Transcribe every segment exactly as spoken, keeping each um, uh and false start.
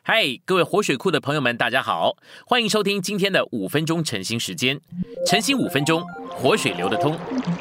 嗨，各位活水库的朋友们，大家好，欢迎收听今天的五分钟晨兴时间。晨兴五分钟，活水流得通。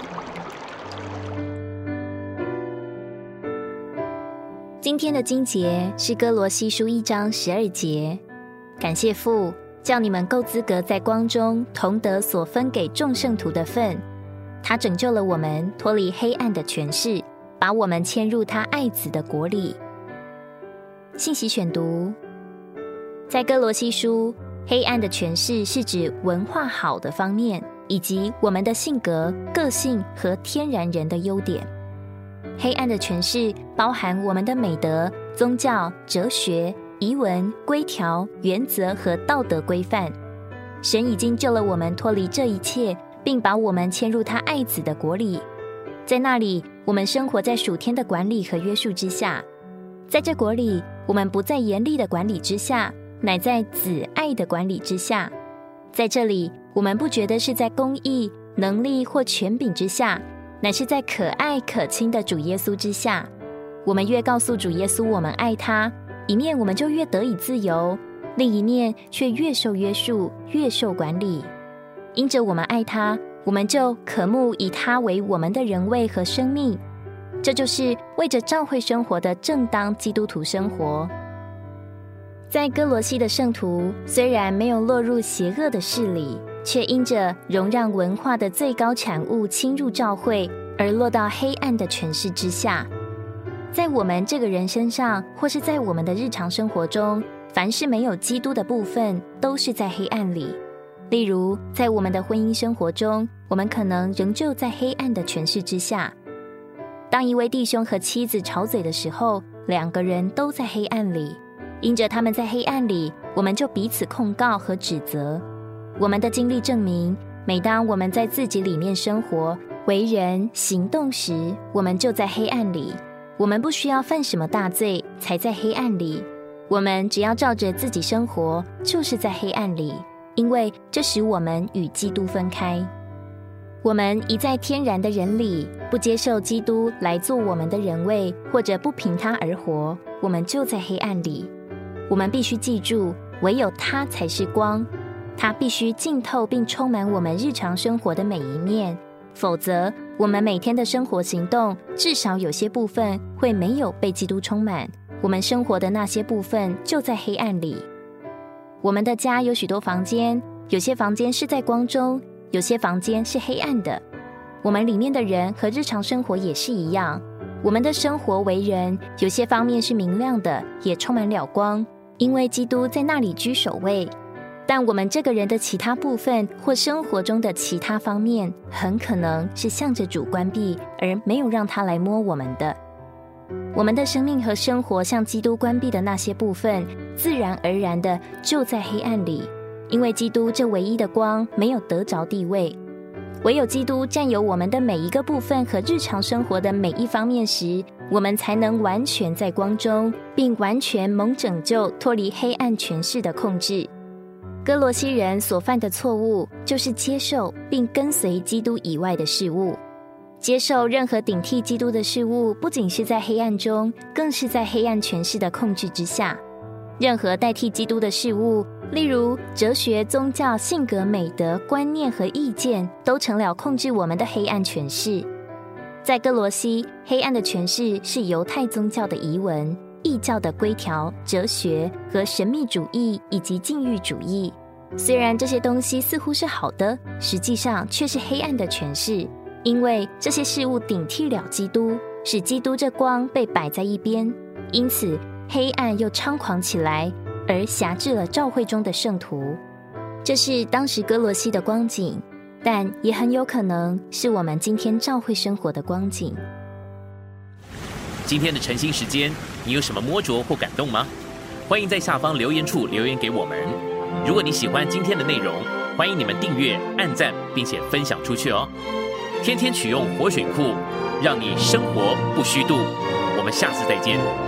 今天的经节是哥罗西书一章十二节，感谢父，叫你们够资格在光中同得所分给众圣徒的份。他拯救了我们，脱离黑暗的权势，把我们迁入他爱子的国里。信息选读，在哥罗西书，黑暗的权势是指文化好的方面，以及我们的性格、个性和天然人的优点。黑暗的权势包含我们的美德、宗教、哲学、仪文、规条、原则和道德规范。神已经救了我们脱离这一切，并把我们迁入他爱子的国里。在那里，我们生活在属天的管理和约束之下。在这国里，我们不在严厉的管理之下，乃在子爱的管理之下。在这里，我们不觉得是在公义、能力或权柄之下，乃是在可爱可亲的主耶稣之下。我们越告诉主耶稣我们爱他，一面我们就越得以自由，另一面却越受约束，越受管理。因着我们爱他，我们就渴慕以他为我们的人位和生命。这就是为着教会生活的正当基督徒生活。在哥罗西的圣徒虽然没有落入邪恶的势里，却因着容让文化的最高产物侵入教会，而落到黑暗的权势之下。在我们这个人身上，或是在我们的日常生活中，凡是没有基督的部分，都是在黑暗里。例如，在我们的婚姻生活中，我们可能仍旧在黑暗的权势之下。当一位弟兄和妻子吵嘴的时候，两个人都在黑暗里。因着他们在黑暗里，我们就彼此控告和指责。我们的经历证明，每当我们在自己里面生活、为人、行动时，我们就在黑暗里。我们不需要犯什么大罪才在黑暗里，我们只要照着自己生活，就是在黑暗里，因为这使我们与基督分开。我们一在天然的人里，不接受基督来做我们的人位，或者不凭他而活，我们就在黑暗里。我们必须记住，唯有他才是光，他必须浸透并充满我们日常生活的每一面，否则我们每天的生活行动至少有些部分会没有被基督充满，我们生活的那些部分就在黑暗里。我们的家有许多房间，有些房间是在光中，有些房间是黑暗的。我们里面的人和日常生活也是一样，我们的生活为人，有些方面是明亮的，也充满了光，因为基督在那里居首位。但我们这个人的其他部分或生活中的其他方面，很可能是向着主关闭，而没有让他来摸我们的。我们的生命和生活向基督关闭的那些部分，自然而然的就在黑暗里，因为基督这唯一的光没有得着地位。唯有基督占有我们的每一个部分和日常生活的每一方面时，我们才能完全在光中，并完全蒙拯救，脱离黑暗权势的控制。哥罗西人所犯的错误，就是接受并跟随基督以外的事物。接受任何顶替基督的事物，不仅是在黑暗中，更是在黑暗权势的控制之下。任何代替基督的事物，例如哲学、宗教、性格、美德、观念和意见，都成了控制我们的黑暗权势。在哥罗西，黑暗的权势是犹太宗教的遗文、异教的规条、哲学和神秘主义以及禁欲主义。虽然这些东西似乎是好的，实际上却是黑暗的权势，因为这些事物顶替了基督，使基督这光被摆在一边，因此黑暗又猖狂起来，而辖制了教会中的圣徒。这是当时哥罗西的光景，但也很有可能是我们今天教会生活的光景。 今天的晨兴时间，你有什么摸着或感动吗？欢迎在下方留言处留言给我们。如果你喜欢今天的内容，欢迎你们订阅、按赞，并且分享出去哦。天天取用活水库，让你生活不虚度。我们下次再见。